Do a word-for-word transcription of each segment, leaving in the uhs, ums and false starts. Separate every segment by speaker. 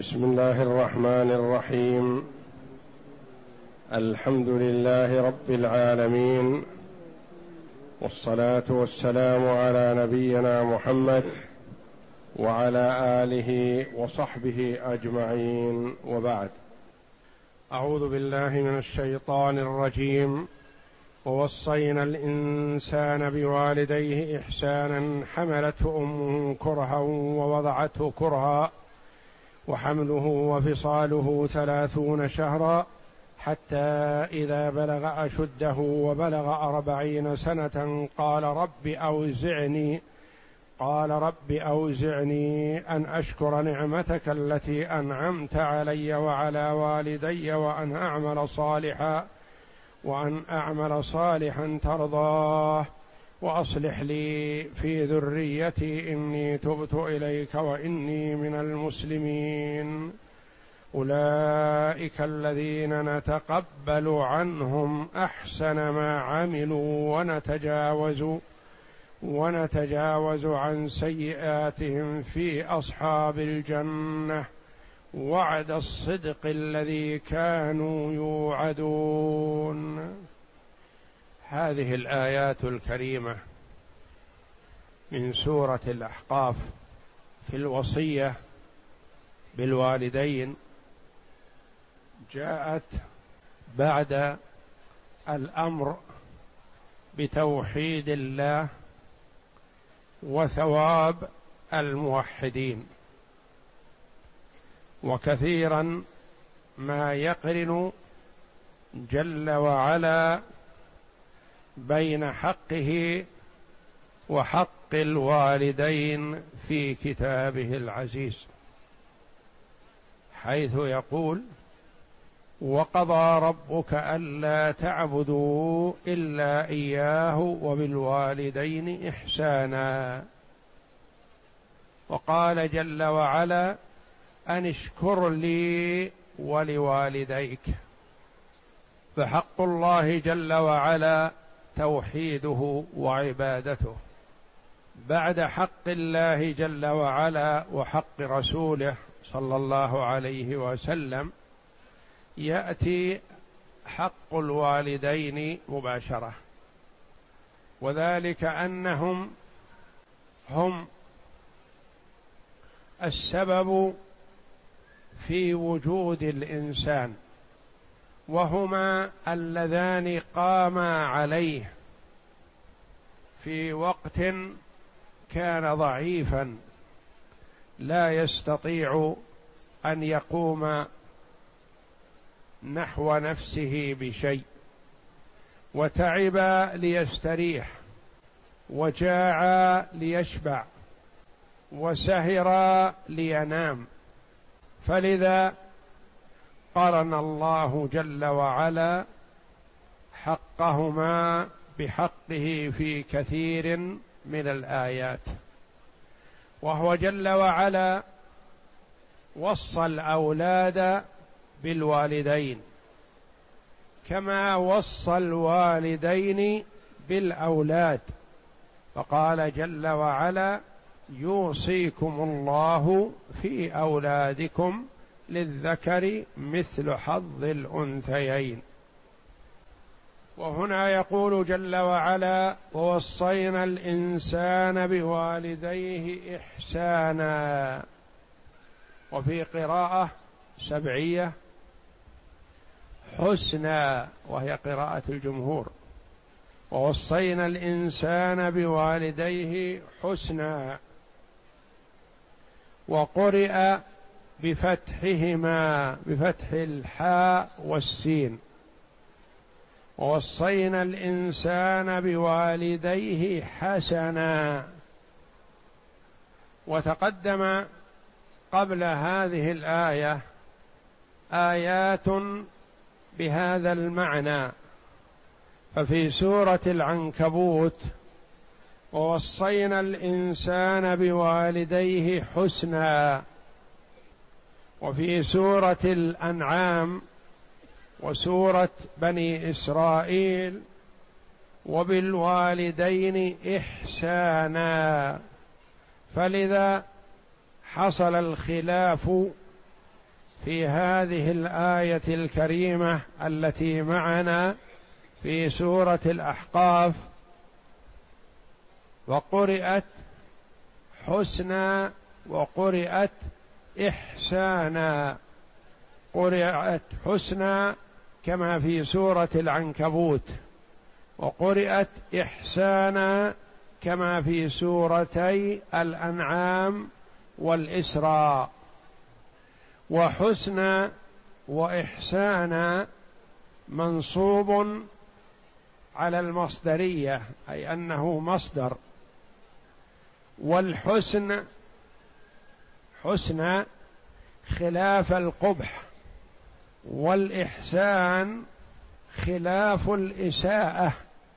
Speaker 1: بسم الله الرحمن الرحيم. الحمد لله رب العالمين، والصلاة والسلام على نبينا محمد وعلى آله وصحبه أجمعين، وبعد. أعوذ بالله من الشيطان الرجيم. ووصينا الإنسان بوالديه إحسانا حملته أمه كرها ووضعته كرها وحمله وفصاله ثلاثون شهرا حتى إذا بلغ أشده وبلغ أربعين سنة قال رب أوزعني قال رب أوزعني أن أشكر نعمتك التي أنعمت علي وعلى والدي وأن أعمل صالحا وأن أعمل صالحا ترضاه وأصلح لي في ذريتي إني تبت إليك وإني من المسلمين. أولئك الذين نتقبل عنهم أحسن ما عملوا ونتجاوز ونتجاوز عن سيئاتهم في أصحاب الجنة وعد الصدق الذي كانوا يوعدون. هذه الآيات الكريمة من سورة الأحقاف في الوصية بالوالدين جاءت بعد الأمر بتوحيد الله وثواب الموحدين، وكثيرا ما يقرن جل وعلا بين حقه وحق الوالدين في كتابه العزيز، حيث يقول: وقضى ربك ألا تعبدوا إلا إياه وبالوالدين إحسانا. وقال جل وعلا: أن اشكر لي ولوالديك. فحق الله جل وعلا توحيده وعبادته بعد حق الله جل وعلا وحق رسوله صلى الله عليه وسلم يأتي حق الوالدين مباشرة، وذلك أنهم هم السبب في وجود الإنسان، وهما اللذان قاما عليه في وقت كان ضعيفا لا يستطيع أن يقوم نحو نفسه بشيء، وتعب ليستريح، وجاع ليشبع، وسهر لينام. فلذا قرن الله جل وعلا حقهما بحقه في كثير من الآيات، وهو جل وعلا وصى الأولاد بالوالدين كما وصى الوالدين بالأولاد، فقال جل وعلا: يوصيكم الله في أولادكم للذكر مثل حظ الأنثيين. وهنا يقول جل وعلا: ووصينا الإنسان بوالديه إحسانا. وفي قراءة سبعية حسنا، وهي قراءة الجمهور: ووصينا الإنسان بوالديه حسنا. وقرئ بفتحهما بفتح الحاء والسين: ووصينا الإنسان بوالديه حسنا. وتقدم قبل هذه الآية آيات بهذا المعنى، ففي سورة العنكبوت: ووصينا الإنسان بوالديه حسنا. وفي سورة الأنعام وسورة بني إسرائيل: وبالوالدين إحسانا. فلذا حصل الخلاف في هذه الآية الكريمة التي معنا في سورة الأحقاف، وقرئت حسنا وقرئت إحسانا. قرئت حسنا كما في سورة العنكبوت، وقرئت إحسانا كما في سورتي الأنعام والإسراء. وحسنا وإحسانا منصوب على المصدرية، أي أنه مصدر. والحسن حسن خلاف القبح، والإحسان خلاف الإساءة،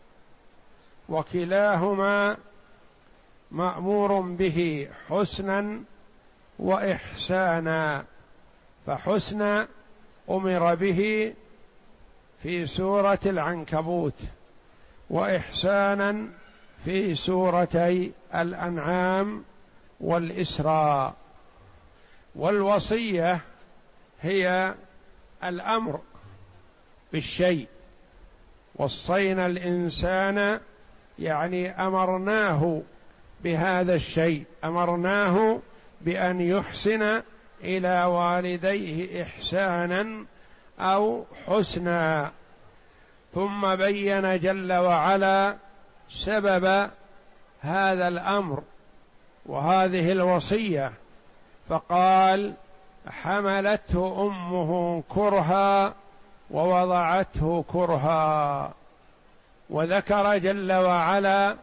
Speaker 1: وكلاهما مأمور به حسنا وإحسانا. فحسن أمر به في سورة العنكبوت، وإحسانا في سورتي الأنعام والإسراء. والوصية هي الأمر بالشيء، وصينا الإنسان يعني أمرناه بهذا الشيء، أمرناه بأن يحسن إلى والديه إحسانا أو حسنا. ثم بين جل وعلا سبب هذا الأمر وهذه الوصية، فقال: حملته أمه كرها ووضعته كرها. وذكر جل وعلا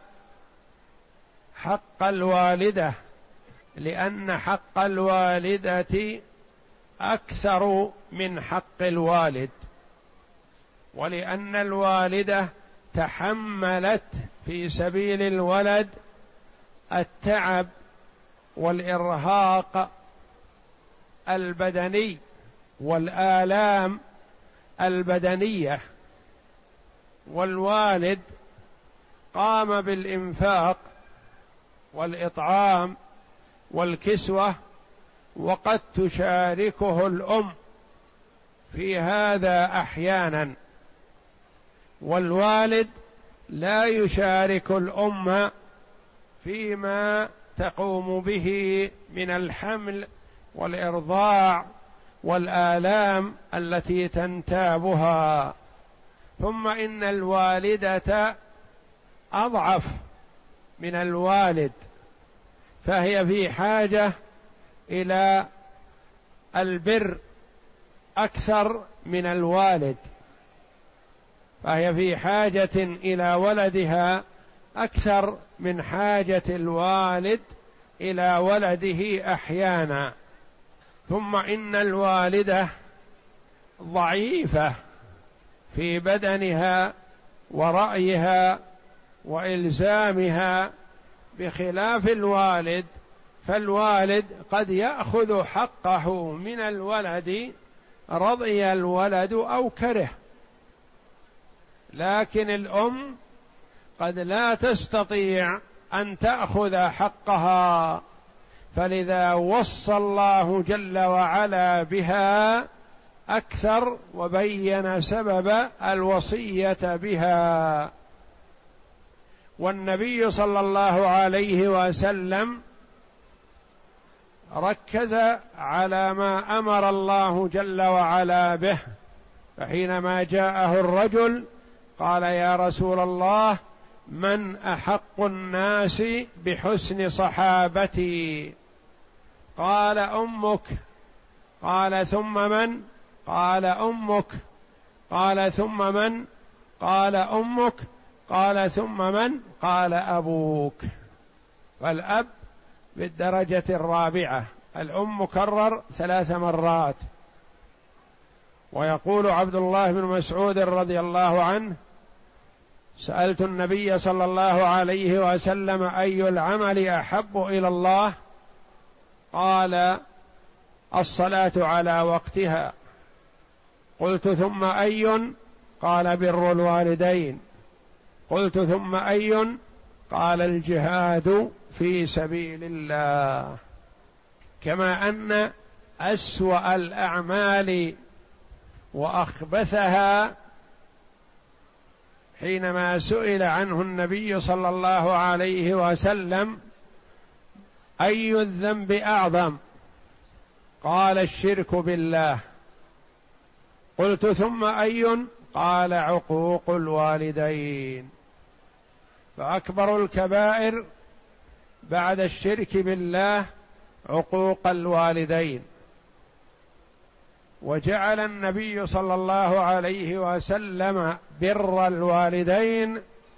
Speaker 1: حق الوالدة، لأن حق الوالدة أكثر من حق الوالد، ولأن الوالدة تحملت في سبيل الولد التعب والإرهاق البدني والآلام البدنية، والوالد قام بالإنفاق والإطعام والكسوة، وقد تشاركه الأم في هذا أحيانا، والوالد لا يشارك الأم فيما تقوم به من الحمل والإرضاع والآلام التي تنتابها. ثم إن الوالدة أضعف من الوالد، فهي في حاجة إلى البر أكثر من الوالد، فهي في حاجة إلى ولدها أكثر من حاجة الوالد إلى ولده أحيانا. ثم إن الوالدة ضعيفة في بدنها ورأيها وإلزامها، بخلاف الوالد، فالوالد قد يأخذ حقه من الولد رضي الولد أو كره، لكن الأم قد لا تستطيع أن تأخذ حقها، فلذا وصى الله جل وعلا بها أكثر وبين سبب الوصية بها. والنبي صلى الله عليه وسلم ركز على ما أمر الله جل وعلا به، فحينما جاءه الرجل قال: يا رسول الله، من أحق الناس بحسن صحابتي؟ قال: أمك. قال: ثم من؟ قال: أمك. قال: ثم من؟ قال: أمك. قال: ثم من؟ قال: أبوك. فالأب بالدرجة الرابعة، الأم مكرر ثلاث مرات. ويقول عبد الله بن مسعود رضي الله عنه: سألت النبي صلى الله عليه وسلم: أي العمل أحب إلى الله؟ قال: الصلاة على وقتها. قلت: ثم أي؟ قال: بر الوالدين. قلت: ثم أي؟ قال: الجهاد في سبيل الله. كما أن أسوأ الأعمال وأخبثها حينما سئل عنه النبي صلى الله عليه وسلم: أي الذنب أعظم؟ قال: الشرك بالله. قلت: ثم أي؟ قال: عقوق الوالدين. فأكبر الكبائر بعد الشرك بالله عقوق الوالدين. وجعل النبي صلى الله عليه وسلم بر الوالدين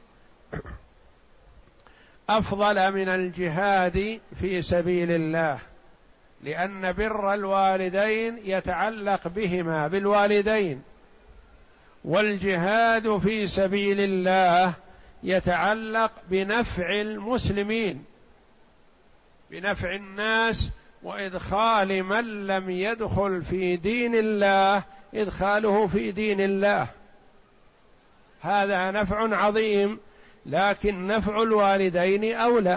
Speaker 1: أفضل من الجهاد في سبيل الله، لأن بر الوالدين يتعلق بهما بالوالدين، والجهاد في سبيل الله يتعلق بنفع المسلمين، بنفع الناس، وإدخال من لم يدخل في دين الله إدخاله في دين الله. هذا نفع عظيم، لكن نفع الوالدين أولى.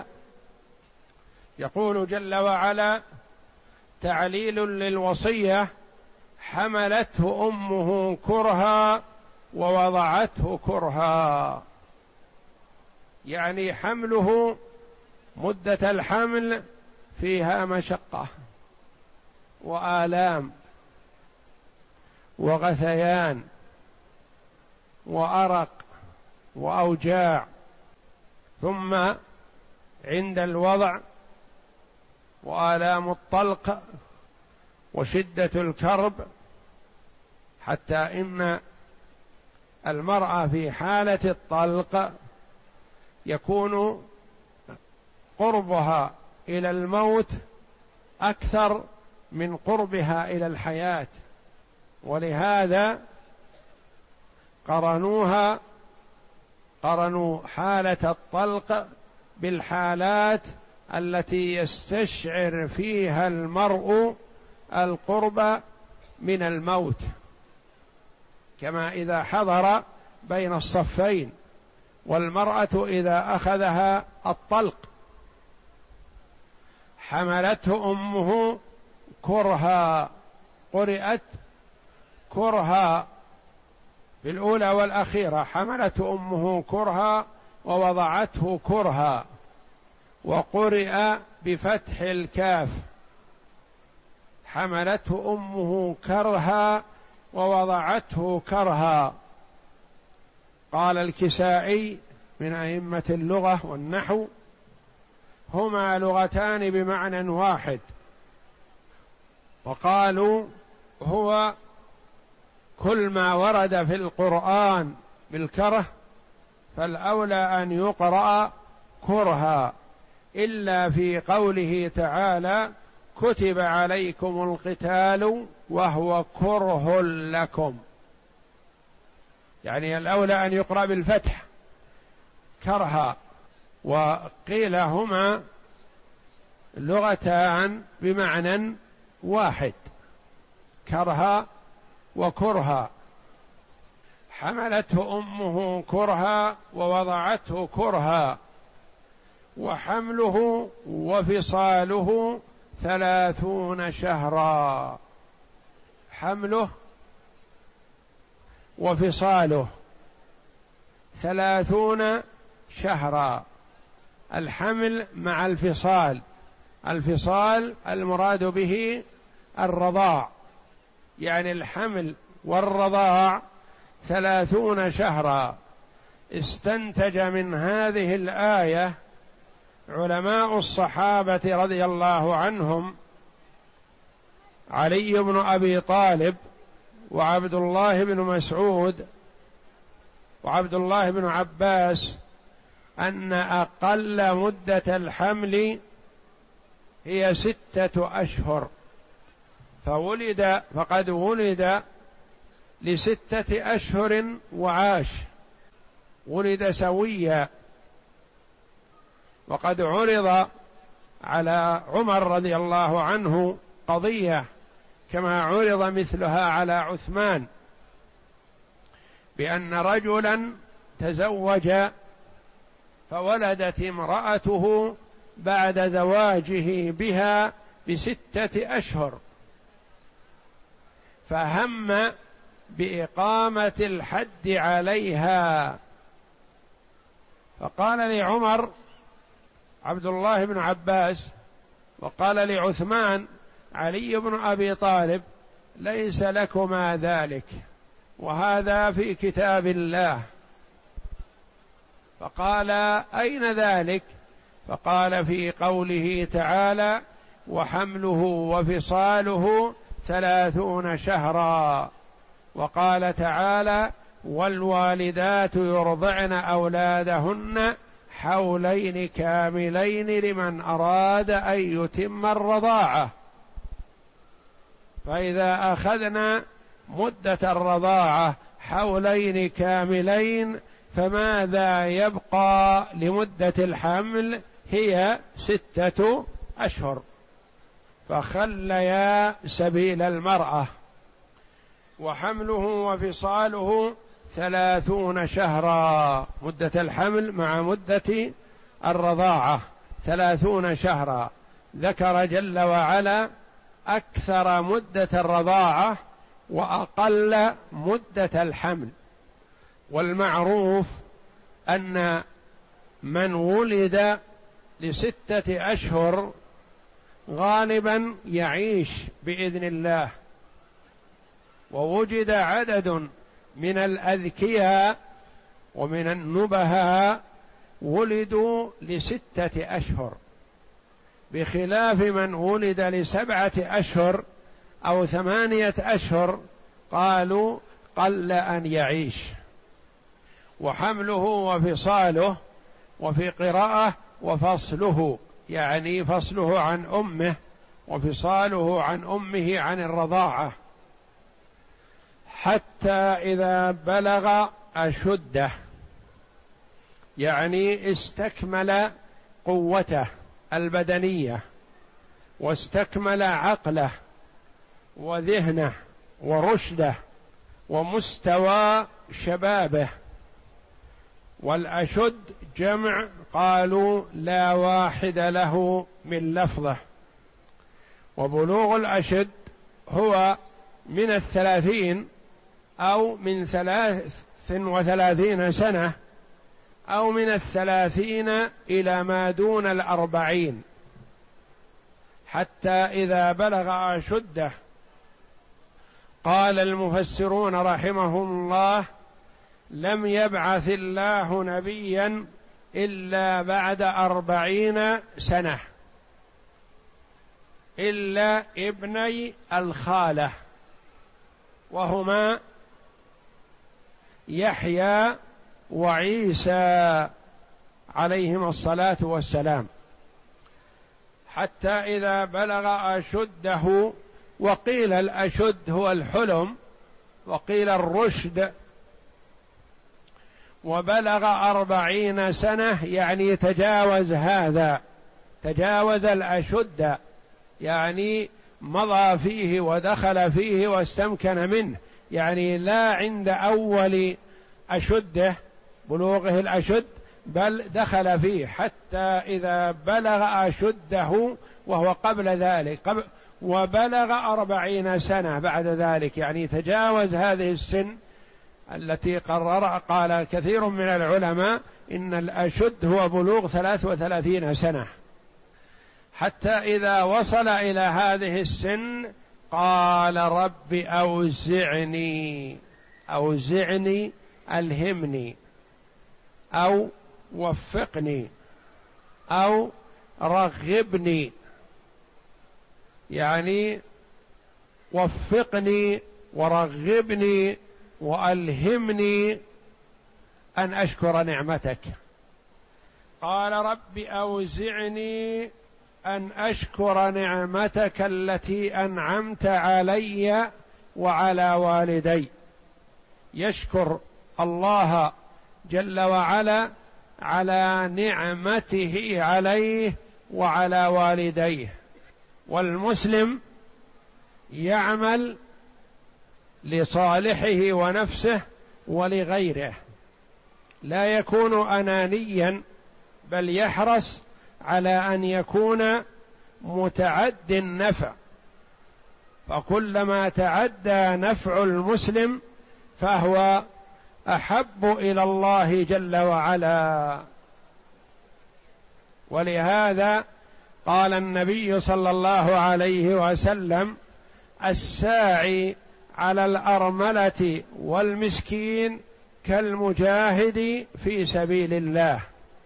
Speaker 1: يقول جل وعلا تعليل للوصية: حملته أمه كرها ووضعته كرها، يعني حمله مدة الحمل فيها مشقة وآلام وغثيان وأرق وأوجاع، ثم عند الوضع وآلام الطلق وشدة الكرب، حتى إن المرأة في حالة الطلق يكون قربها إلى الموت أكثر من قربها إلى الحياة، ولهذا قرنوها قرنوا حالة الطلق بالحالات التي يستشعر فيها المرء القرب من الموت، كما إذا حضر بين الصفين، والمرأة إذا أخذها الطلق. حملته أمه كرها، قرئت كرها في الأولى والأخيرة، حملته أمه كرها ووضعته كرها، وقرئ بفتح الكاف: حملته أمه كرها ووضعته كرها. قال الكسائي من أئمة اللغة والنحو: هما لغتان بمعنى واحد. وقالوا هو كل ما ورد في القرآن بالكره فالأولى أن يقرأ كرها، إلا في قوله تعالى: كتب عليكم القتال وهو كره لكم، يعني الأولى أن يقرأ بالفتح كرها. وقيل هما لغتان بمعنى واحد، كرها وكرها. حملته أمه كرها ووضعته كرها، وحمله وفصاله ثلاثون شهرا. حمله وفصاله ثلاثون شهرا، الحمل مع الفصال. الفصال المراد به الرضاع، يعني الحمل والرضاع ثلاثون شهرا. استنتج من هذه الآية علماء الصحابة رضي الله عنهم علي بن أبي طالب وعبد الله بن مسعود وعبد الله بن عباس أن أقل مدة الحمل هي ستة أشهر، فولد فقد ولد لستة أشهر وعاش، ولد سويا. وقد عرض على عمر رضي الله عنه قضية كما عرض مثلها على عثمان، بأن رجلا تزوج فولدت امرأته بعد زواجه بها بستة أشهر، فهم بإقامة الحد عليها، فقال لعمر عبد الله بن عباس، وقال لعثمان علي بن أبي طالب: ليس لكما ذلك، وهذا في كتاب الله. فقال: أين ذلك؟ فقال: في قوله تعالى: وحمله وفصاله ثلاثون شهرا. وقال تعالى: والوالدات يرضعن أولادهن حولين كاملين لمن أراد أن يتم الرضاعة. فإذا أخذنا مدة الرضاعة حولين كاملين، فماذا يبقى لمدة الحمل؟ هي ستة أشهر. فخليا سبيل المرأة. وحمله وفصاله ثلاثون شهرا، مدة الحمل مع مدة الرضاعة ثلاثون شهرا. ذكر جل وعلا أكثر مدة الرضاعة وأقل مدة الحمل. والمعروف أن من ولد لستة أشهر غالبا يعيش بإذن الله، ووجد عدد من الأذكياء ومن النبهاء ولدوا لستة أشهر، بخلاف من ولد لسبعة أشهر أو ثمانية أشهر قالوا قل أن يعيش. وحمله وفصاله، وفي قراءة وفصله، يعني فصله عن أمه وفصاله عن أمه عن الرضاعة، حتى إذا بلغ أشده، يعني استكمل قوته البدنية واستكمل عقله وذهنه ورشده ومستوى شبابه. والأشد جمع قالوا لا واحد له من لفظه. وبلوغ الأشد هو من الثلاثين أو من ثلاث وثلاثين سنة أو من الثلاثين إلى ما دون الأربعين، حتى إذا بلغ أشده. قال المفسرون رحمهم الله: لم يبعث الله نبيا إلا بعد أربعين سنة إلا ابني الخالة، وهما يحيى وعيسى عليهما الصلاة والسلام، حتى إذا بلغ أشده. وقيل الأشد هو الحلم، وقيل الرشد. وبلغ أربعين سنة يعني تجاوز هذا، تجاوز الأشد، يعني مضى فيه ودخل فيه واستمكن منه، يعني لا عند أول أشده بلوغه الأشد، بل دخل فيه حتى إذا بلغ أشده وهو قبل ذلك قبل وبلغ أربعين سنة بعد ذلك، يعني تجاوز هذه السن التي قرر. قال كثير من العلماء إن الأشد هو بلوغ ثلاث وثلاثين سنة، حتى إذا وصل إلى هذه السن قال رب أوزعني، أوزعني ألهمني أو وفقني أو رغبني، يعني وفقني ورغبني وألهمني أن أشكر نعمتك. قال رب أوزعني أن أشكر نعمتك التي أنعمت علي وعلى والدي. يشكر الله جل وعلا على نعمته عليه وعلى والديه. والمسلم يعمل لصالحه ونفسه ولغيره، لا يكون أنانيا، بل يحرص على أن يكون متعد النفع فكلما تعدى نفع المسلم فهو أحب إلى الله جل وعلا. ولهذا قال النبي صلى الله عليه وسلم: الساعي على الأرملة والمسكين كالمجاهد في سبيل الله.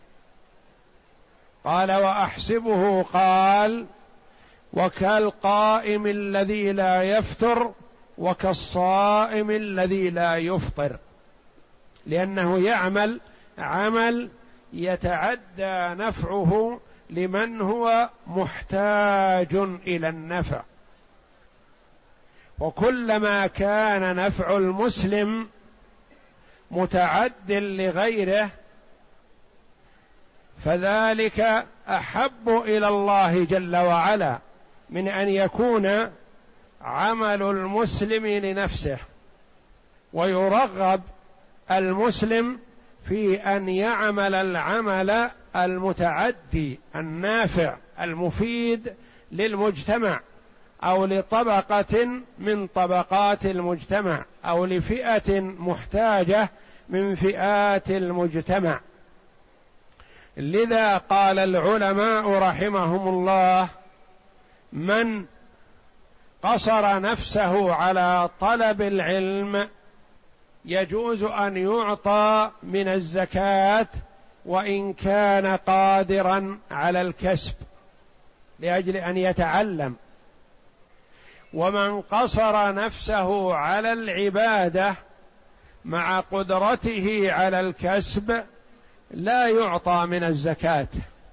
Speaker 1: قال: وأحسبه قال: وكالقائم الذي لا يفتر وكالصائم الذي لا يفطر، لأنه يعمل عمل يتعدى نفعه لمن هو محتاج إلى النفع. وكلما كان نفع المسلم متعد لغيره فذلك أحب إلى الله جل وعلا من أن يكون عمل المسلم لنفسه. ويرغب المسلم في أن يعمل العمل المتعدي النافع المفيد للمجتمع أو لطبقة من طبقات المجتمع أو لفئة محتاجة من فئات المجتمع. لذا قال العلماء رحمهم الله: من قصر نفسه على طلب العلم يجوز أن يعطى من الزكاة وإن كان قادرا على الكسب لأجل أن يتعلم. ومن قصر نفسه على العبادة مع قدرته على الكسب لا يعطى من الزكاة،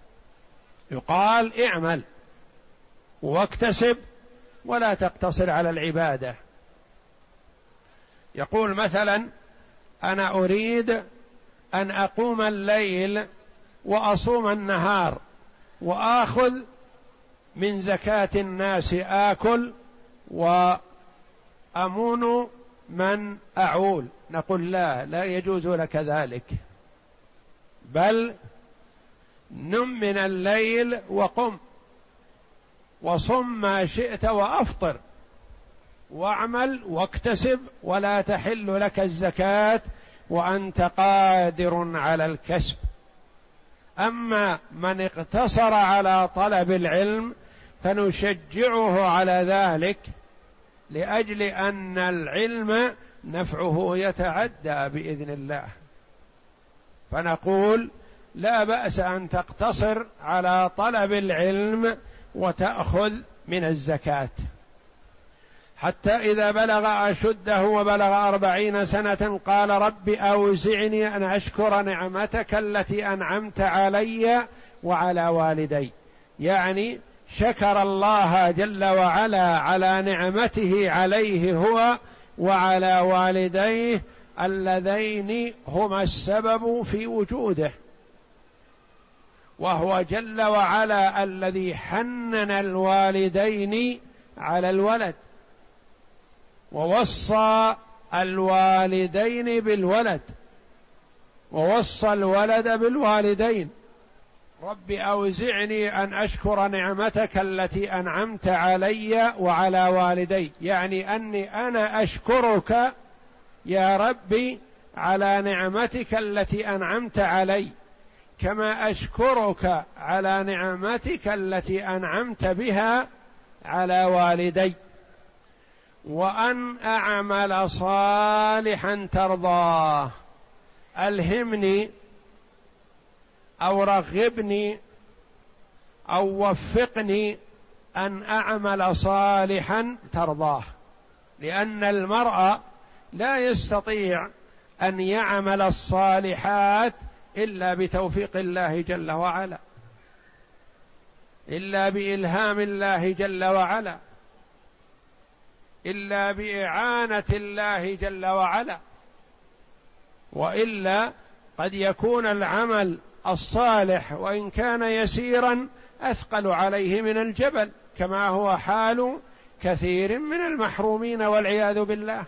Speaker 1: يقال: اعمل واكتسب ولا تقتصر على العبادة. يقول مثلا: أنا أريد أن أقوم الليل وأصوم النهار وآخذ من زكاة الناس آكل وأمون من أعول. نقول: لا لا يجوز لك ذلك، بل نم من الليل وقم وصم ما شئت وأفطر واعمل واكتسب، ولا تحل لك الزكاة وأنت قادر على الكسب. أما من اقتصر على طلب العلم فنشجعه على ذلك لأجل أن العلم نفعه يتعدى بإذن الله، فنقول: لا بأس أن تقتصر على طلب العلم وتأخذ من الزكاة. حتى إذا بلغ أشده وبلغ أربعين سنة قال: رب أوزعني أن أشكر نعمتك التي أنعمت علي وعلى والدي. يعني شكر الله جل وعلا على نعمته عليه هو وعلى والديه اللذين هما السبب في وجوده، وهو جل وعلا الذي حنن الوالدين على الولد ووصى الوالدين بالولد ووصى الولد بالوالدين. رب أوزعني أن أشكر نعمتك التي أنعمت علي وعلى والدي، يعني أني أنا أشكرك يا ربي على نعمتك التي أنعمت علي، كما أشكرك على نعمتك التي أنعمت بها على والدي، وأن أعمل صالحا ترضاه. ألهمني أو رغبني أو وفقني أن أعمل صالحا ترضاه، لأن المرء لا يستطيع أن يعمل الصالحات إلا بتوفيق الله جل وعلا، إلا بإلهام الله جل وعلا، إلا بإعانة الله جل وعلا، وإلا قد يكون العمل الصالح وإن كان يسيرا أثقل عليه من الجبل، كما هو حال كثير من المحرومين والعياذ بالله.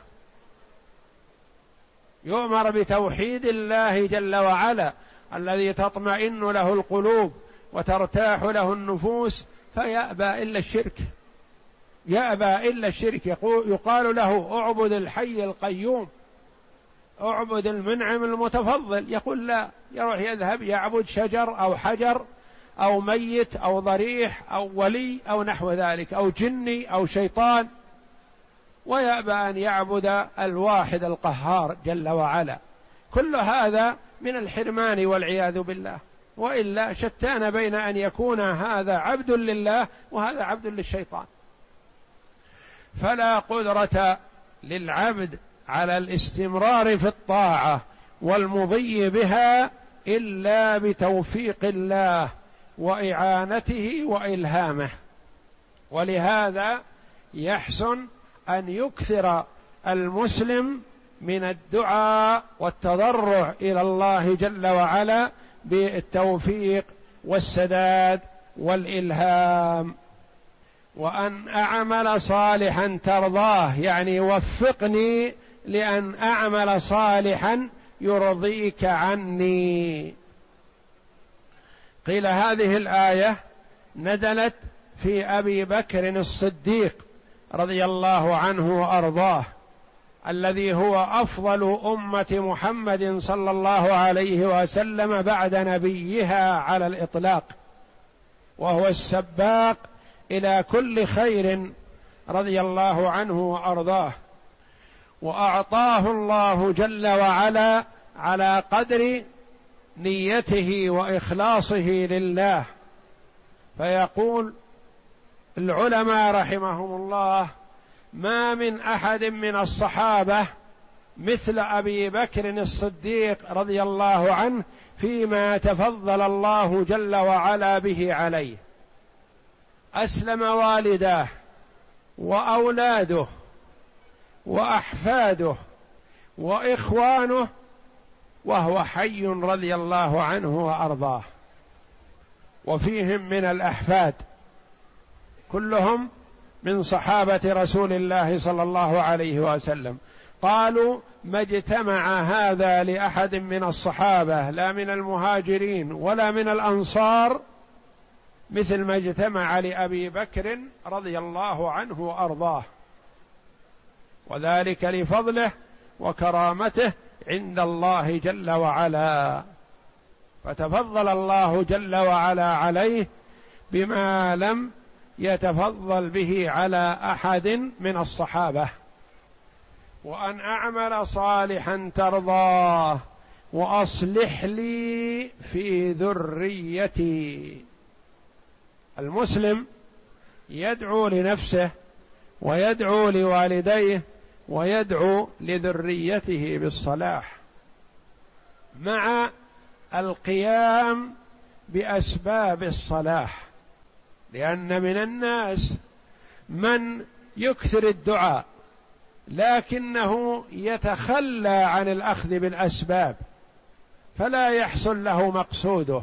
Speaker 1: يؤمر بتوحيد الله جل وعلا الذي تطمئن له القلوب وترتاح له النفوس، فيأبى إلا الشرك، يأبى إلا الشرك، يقول يقال له اعبد الحي القيوم، اعبد المنعم المتفضل، يقول لا، يروح يذهب يعبد شجر أو حجر أو ميت أو ضريح أو ولي أو نحو ذلك أو جني أو شيطان، ويأبى أن يعبد الواحد القهار جل وعلا. كل هذا من الحرمان والعياذ بالله. وإلا شتان بين أن يكون هذا عبد لله وهذا عبد للشيطان. فلا قدرة للعبد على الاستمرار في الطاعة والمضي بها إلا بتوفيق الله وإعانته وإلهامه. ولهذا يحسن أن يكثر المسلم من الدعاء والتضرع إلى الله جل وعلا بالتوفيق والسداد والإلهام. وأن أعمل صالحا ترضاه، يعني وفقني لأن أعمل صالحا يرضيك عني. قيل هذه الآية نزلت في أبي بكر الصديق رضي الله عنه وأرضاه، الذي هو أفضل أمة محمد صلى الله عليه وسلم بعد نبيها على الإطلاق، وهو السباق إلى كل خير رضي الله عنه وأرضاه. وأعطاه الله جل وعلا على قدر نيته وإخلاصه لله. فيقول العلماء رحمهم الله: ما من أحد من الصحابة مثل أبي بكر الصديق رضي الله عنه فيما تفضل الله جل وعلا به عليه. أسلم والداه وأولاده وأحفاده وإخوانه وهو حي رضي الله عنه وأرضاه. وفيهم من الأحفاد كلهم من صحابة رسول الله صلى الله عليه وسلم. قالوا: ما اجتمع هذا لأحد من الصحابة لا من المهاجرين ولا من الأنصار مثل ما اجتمع لأبي بكر رضي الله عنه وأرضاه، وذلك لفضله وكرامته عند الله جل وعلا. فتفضل الله جل وعلا عليه بما لم يتفضل به على أحد من الصحابة. وأن أعمل صالحا ترضاه وأصلح لي في ذريتي. المسلم يدعو لنفسه ويدعو لوالديه ويدعو لذريته بالصلاح مع القيام بأسباب الصلاح، لأن من الناس من يكثر الدعاء لكنه يتخلى عن الأخذ بالأسباب فلا يحصل له مقصوده،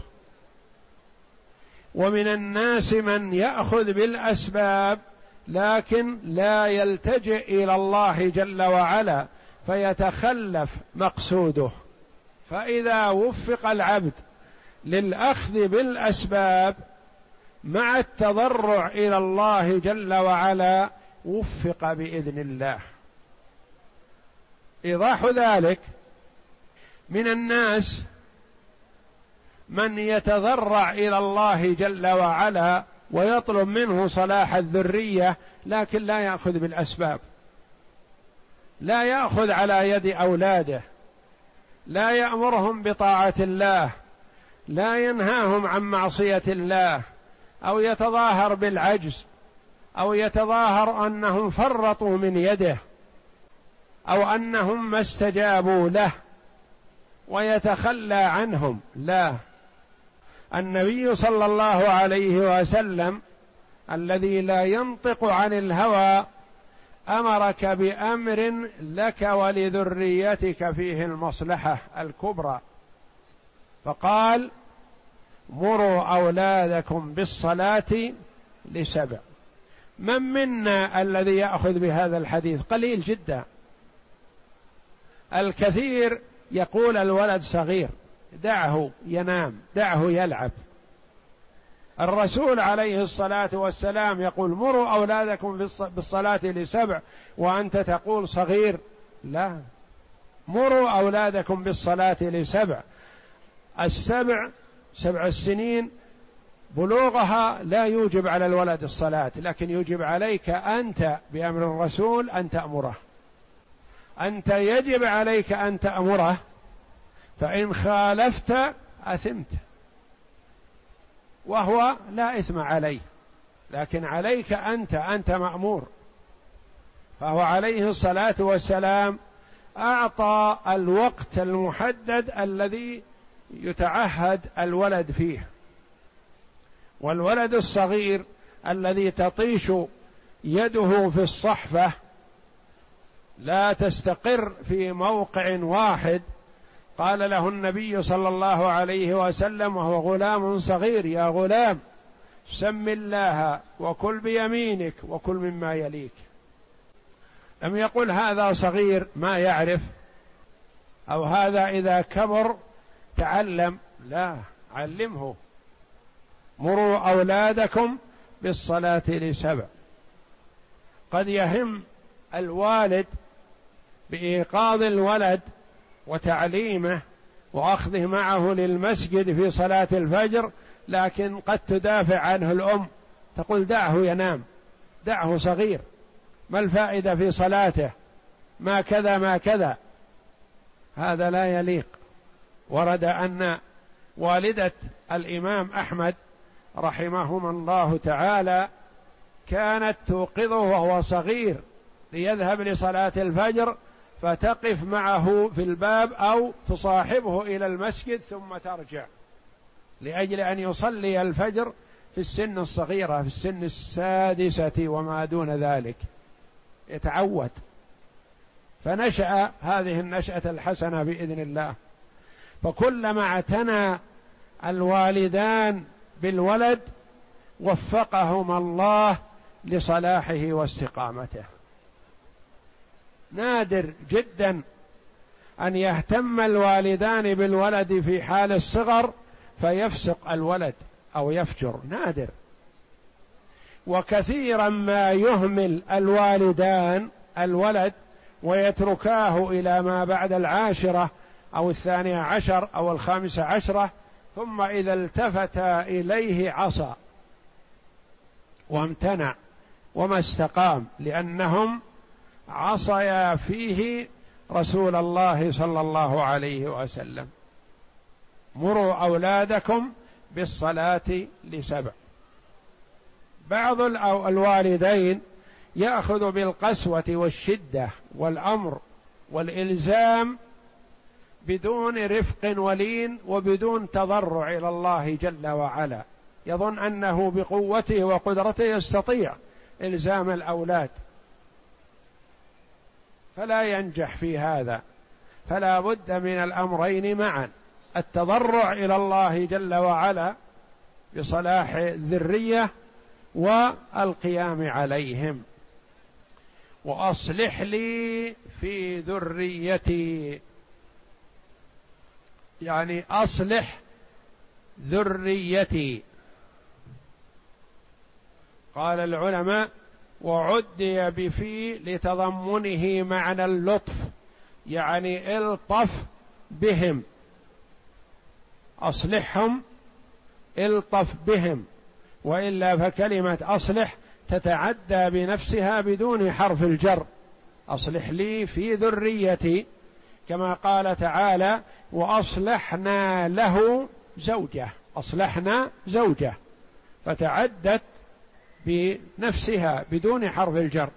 Speaker 1: ومن الناس من يأخذ بالأسباب لكن لا يلتجئ إلى الله جل وعلا فيتخلف مقصوده. فإذا وفق العبد للأخذ بالأسباب مع التضرع إلى الله جل وعلا وفق بإذن الله. إيضاح ذلك: من الناس من يتضرع إلى الله جل وعلا ويطلب منه صلاح الذرية لكن لا يأخذ بالأسباب، لا يأخذ على يد أولاده، لا يأمرهم بطاعة الله، لا ينهاهم عن معصية الله، أو يتظاهر بالعجز، أو يتظاهر أنهم فرطوا من يده، أو أنهم ما استجابوا له ويتخلى عنهم. لا، النبي صلى الله عليه وسلم الذي لا ينطق عن الهوى أمرك بأمر لك ولذريتك فيه المصلحة الكبرى، فقال: مروا أولادكم بالصلاة لسبع. من منا الذي يأخذ بهذا الحديث؟ قليل جدا. الكثير يقول الولد صغير، دعه ينام، دعه يلعب. الرسول عليه الصلاة والسلام يقول مروا أولادكم بالصلاة لسبع وأنت تقول صغير؟ لا، مروا أولادكم بالصلاة لسبع. السبع سبع السنين بلوغها لا يوجب على الولد الصلاة، لكن يوجب عليك أنت بأمر الرسول أن تأمره. أنت يجب عليك أن تأمره، فإن خالفت أثمت، وهو لا إثم عليه، لكن عليك أنت أنت مأمور. فهو عليه الصلاة والسلام أعطى الوقت المحدد الذي يتعهد الولد فيه. والولد الصغير الذي تطيش يده في الصحفة لا تستقر في موقع واحد، قال له النبي صلى الله عليه وسلم وهو غلام صغير: يا غلام سم الله وكل بيمينك وكل مما يليك. لم يقل هذا صغير ما يعرف، أو هذا إذا كبر تعلم، لا، علمه. مروا أولادكم بالصلاة لسبع. قد يهم الوالد بإيقاظ الولد وتعليمه وأخذه معه للمسجد في صلاة الفجر، لكن قد تدافع عنه الأم، تقول دعه ينام، دعه صغير، ما الفائدة في صلاته، ما كذا ما كذا. هذا لا يليق. ورد أن والدة الإمام أحمد رحمهما الله تعالى كانت توقظه وهو صغير ليذهب لصلاة الفجر، فتقف معه في الباب أو تصاحبه إلى المسجد ثم ترجع، لأجل أن يصلي الفجر في السن الصغيرة، في السن السادسة وما دون ذلك، يتعود. فنشأ هذه النشأة الحسنة بإذن الله. فكلما اعتنى الوالدان بالولد وفقهما الله لصلاحه واستقامته. نادر جدا أن يهتم الوالدان بالولد في حال الصغر فيفسق الولد أو يفجر، نادر. وكثيرا ما يهمل الوالدان الولد ويتركاه إلى ما بعد العاشرة أو الثانية عشر أو الخامسة عشرة، ثم إذا التفت إليه عصى وامتنع وما استقام، لأنهم عصيا فيه رسول الله صلى الله عليه وسلم. مروا أولادكم بالصلاة لسبع. بعض الوالدين يأخذ بالقسوة والشدة والأمر والإلزام بدون رفق ولين وبدون تضرع إلى الله جل وعلا، يظن أنه بقوته وقدرته يستطيع إلزام الأولاد، فلا ينجح في هذا. فلا بد من الأمرين معا: التضرع إلى الله جل وعلا بصلاح الذرية والقيام عليهم. وأصلح لي في ذريتي، يعني أصلح ذريتي. قال العلماء: وعدي بفي لتضمنه معنى اللطف، يعني الطف بهم، أصلحهم، الطف بهم. وإلا فكلمة أصلح تتعدى بنفسها بدون حرف الجر. أصلح لي في ذريتي، كما قال تعالى: وأصلحنا له زوجه، أصلحنا زوجه، فتعدت بنفسها بدون حرف الجر.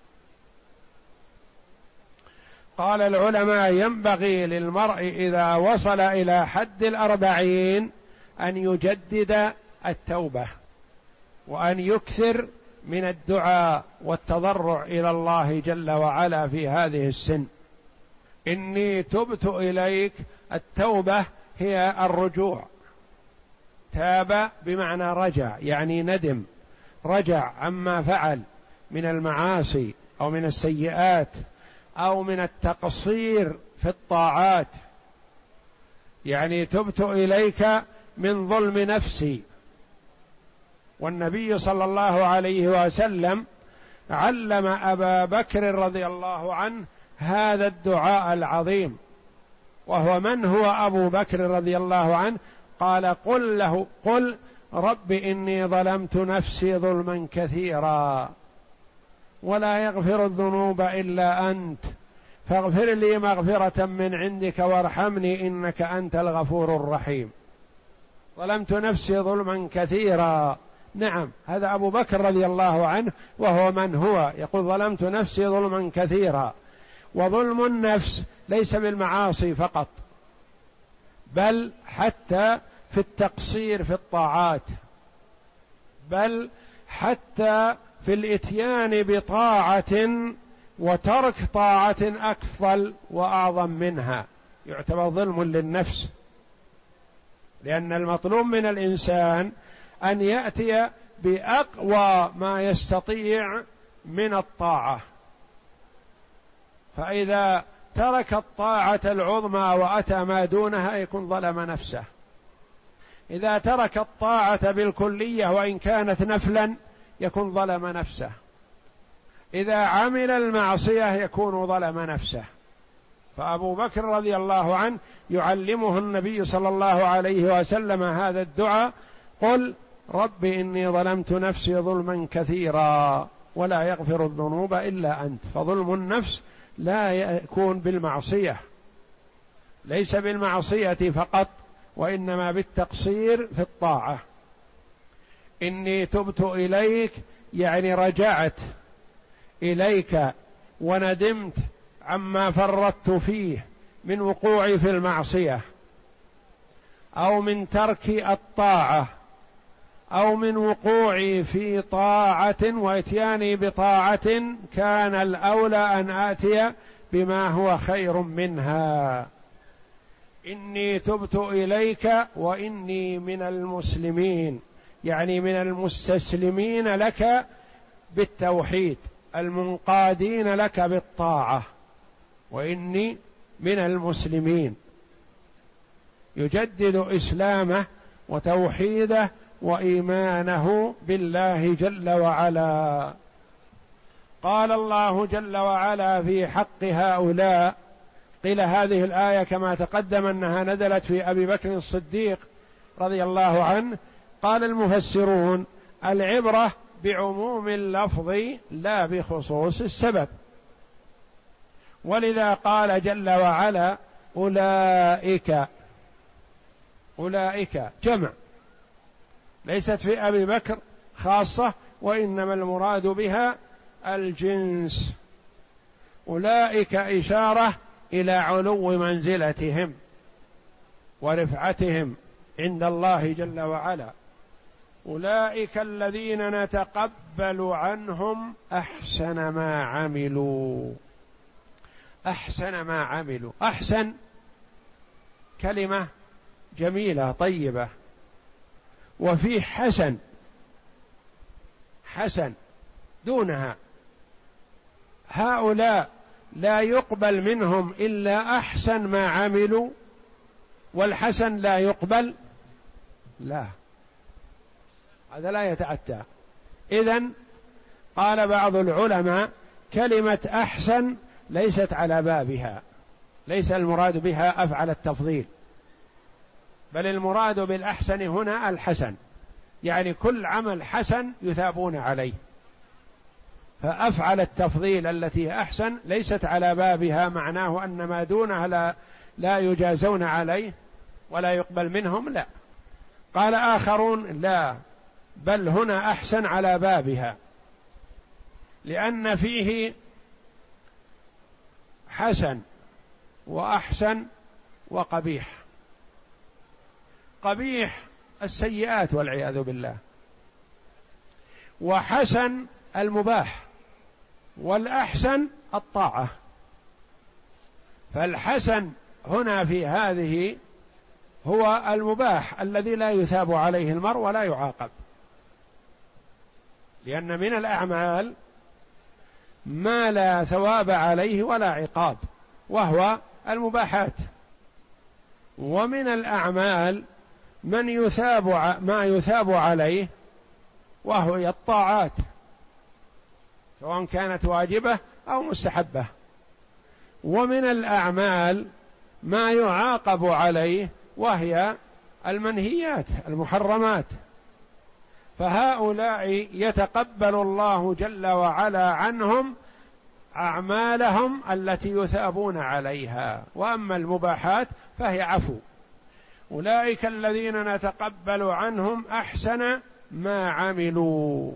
Speaker 1: قال العلماء: ينبغي للمرء إذا وصل إلى حد الأربعين أن يجدد التوبة، وأن يكثر من الدعاء والتضرع إلى الله جل وعلا في هذه السن. إني تبت إليك، التوبة هي الرجوع. تاب بمعنى رجع، يعني ندم، رجع عما فعل من المعاصي أو من السيئات أو من التقصير في الطاعات. يعني تبت إليك من ظلم نفسي والنبي صلى الله عليه وسلم علم أبا بكر رضي الله عنه هذا الدعاء العظيم. وهو من هو أبو بكر رضي الله عنه؟ قال قل له قل رب إني ظلمت نفسي ظلما كثيرا ولا يغفر الذنوب إلا أنت فاغفر لي مغفرة من عندك وارحمني إنك أنت الغفور الرحيم. ظلمت نفسي ظلما كثيرا، نعم هذا أبو بكر رضي الله عنه، وهو من هو يقول ظلمت نفسي ظلما كثيرا. وظلم النفس ليس بالمعاصي فقط، بل حتى في التقصير في الطاعات، بل حتى في الإتيان بطاعة وترك طاعة أكفل وأعظم منها يعتبر ظلم للنفس. لأن المطلوب من الإنسان أن يأتي بأقوى ما يستطيع من الطاعة، فإذا ترك الطاعة العظمى وأتى ما دونها يكون ظلم نفسه. إذا ترك الطاعة بالكلية وإن كانت نفلا يكون ظلم نفسه. إذا عمل المعصية يكون ظلم نفسه. فأبو بكر رضي الله عنه يعلمه النبي صلى الله عليه وسلم هذا الدعاء: قل رب إني ظلمت نفسي ظلما كثيرا ولا يغفر الذنوب إلا أنت. فظلم النفس لا يكون بالمعصية، ليس بالمعصية فقط، وإنما بالتقصير في الطاعة. إني تبت إليك يعني رجعت إليك وندمت عما فرطت فيه من وقوعي في المعصية أو من ترك الطاعة أو من وقوعي في طاعة وإتياني بطاعة كان الأولى أن آتي بما هو خير منها. إني تبت إليك وإني من المسلمين، يعني من المستسلمين لك بالتوحيد المنقادين لك بالطاعة، وإني من المسلمين. يجدد إسلامه وتوحيده وإيمانه بالله جل وعلا. قال الله جل وعلا في حق هؤلاء، قيل هذه الآية كما تقدم أنها نزلت في أبي بكر الصديق رضي الله عنه. قال المفسرون العبرة بعموم اللفظ لا بخصوص السبب، ولذا قال جل وعلا أولئك. أولئك جمع، ليست في أبي بكر خاصة، وإنما المراد بها الجنس. أولئك إشارة إلى علو منزلتهم ورفعتهم عند الله جل وعلا. أولئك الذين نتقبل عنهم أحسن ما عملوا. أحسن ما عملوا، أحسن كلمة جميلة طيبة، وفي حسن، حسن دونها. هؤلاء لا يقبل منهم إلا أحسن ما عملوا، والحسن لا يقبل، لا، هذا لا يتأتى. إذن قال بعض العلماء كلمة أحسن ليست على بابها، ليس المراد بها أفعل التفضيل، بل المراد بالأحسن هنا الحسن، يعني كل عمل حسن يثابون عليه. فأفعل التفضيل التي أحسن ليست على بابها، معناه أن ما دونها لا, لا يجازون عليه ولا يقبل منهم، لا. قال آخرون لا، بل هنا أحسن على بابها، لأن فيه حسن وأحسن وقبيح. قبيح السيئات والعياذ بالله، وحسن المباح، والأحسن الطاعة. فالحسن هنا في هذه هو المباح الذي لا يثاب عليه المرء ولا يعاقب، لأن من الأعمال ما لا ثواب عليه ولا عقاب، وهو المباحات. ومن الأعمال من يثاب ما يثاب عليه وهي الطاعات سواء كانت واجبة أو مستحبة. ومن الأعمال ما يعاقب عليه وهي المنهيات المحرمات، فهؤلاء يتقبل الله جل وعلا عنهم أعمالهم التي يثابون عليها، وأما المباحات فهي عفو. أولئك الذين نتقبل عنهم أحسن ما عملوا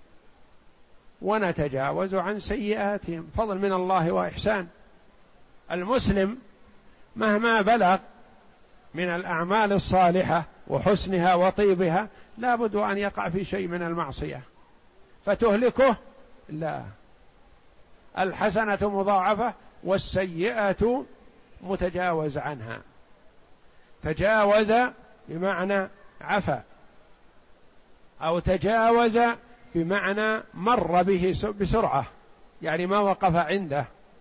Speaker 1: ونتجاوز عن سيئاتهم، فضل من الله وإحسان. المسلم مهما بلغ من الأعمال الصالحة وحسنها وطيبها لا بد أن يقع في شيء من المعصية فتهلكه، لا، الحسنة مضاعفة والسيئة متجاوز عنها. تجاوز بمعنى عفا، أو تجاوز بمعنى مر به بسرعة، يعني ما وقف عنده.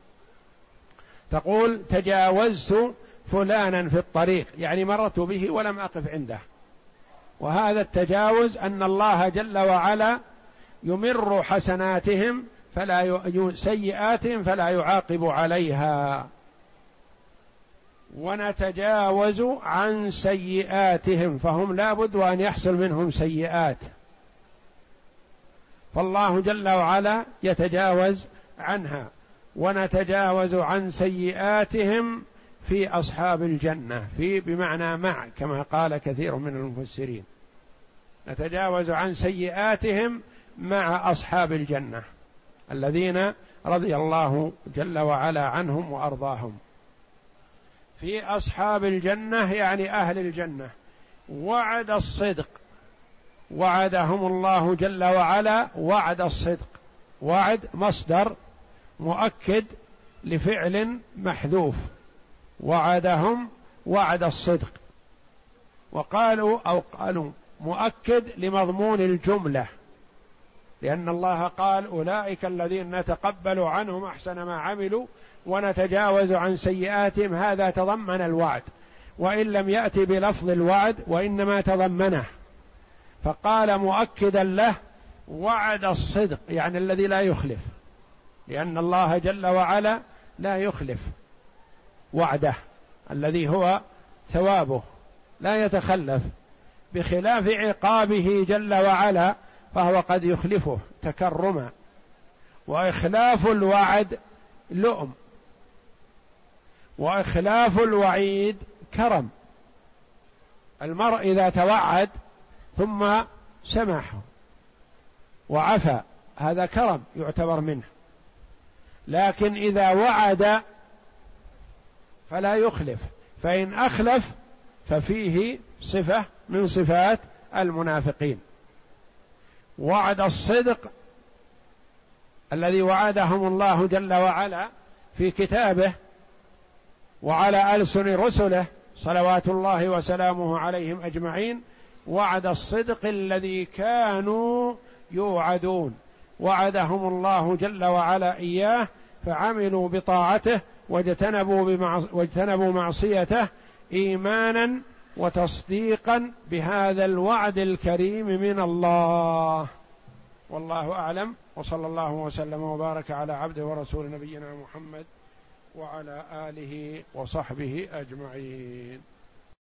Speaker 1: تقول تجاوزت فلانا في الطريق، يعني مررت به ولم أقف عنده. وهذا التجاوز أن الله جل وعلا يمر حسناتهم فلا ي... سيئاتهم فلا يعاقب عليها، ونتجاوز عن سيئاتهم فهم لا بد أن يحصل منهم سيئات، فالله جل وعلا يتجاوز عنها. ونتجاوز عن سيئاتهم في أصحاب الجنة، في بمعنى مع، كما قال كثير من المفسرين، نتجاوز عن سيئاتهم مع أصحاب الجنة الذين رضي الله جل وعلا عنهم وأرضاهم. في أصحاب الجنة يعني أهل الجنة. وعد الصدق، وعدهم الله جل وعلا وعد الصدق. وعد مصدر مؤكد لفعل محذوف، وعدهم وعد الصدق. وقالوا أو قالوا مؤكد لمضمون الجملة، لأن الله قال أولئك الذين نتقبل عنهم أحسن ما عملوا ونتجاوز عن سيئاتهم، هذا تضمن الوعد وإن لم يأتي بلفظ الوعد وإنما تضمنه، فقال مؤكدا له وعد الصدق، يعني الذي لا يخلف، لأن الله جل وعلا لا يخلف وعده الذي هو ثوابه، لا يتخلف، بخلاف عقابه جل وعلا فهو قد يخلفه تكرما. وإخلاف الوعد لؤم، وإخلاف الوعيد كرم. المرء إذا توعد ثم سمح وعفى هذا كرم يعتبر منه، لكن إذا وعد فلا يخلف، فإن أخلف ففيه صفة من صفات المنافقين. وعد الصدق الذي وعدهم الله جل وعلا في كتابه وعلى ألسن رسله صلوات الله وسلامه عليهم أجمعين، وعد الصدق الذي كانوا يوعدون، وعدهم الله جل وعلا إياه فعملوا بطاعته واجتنبوا, بمعص... واجتنبوا معصيته إيمانا وتصديقا بهذا الوعد الكريم من الله. والله أعلم، وصلى الله وسلم وبارك على عبده ورسول نبينا محمد وعلى آله وصحبه أجمعين.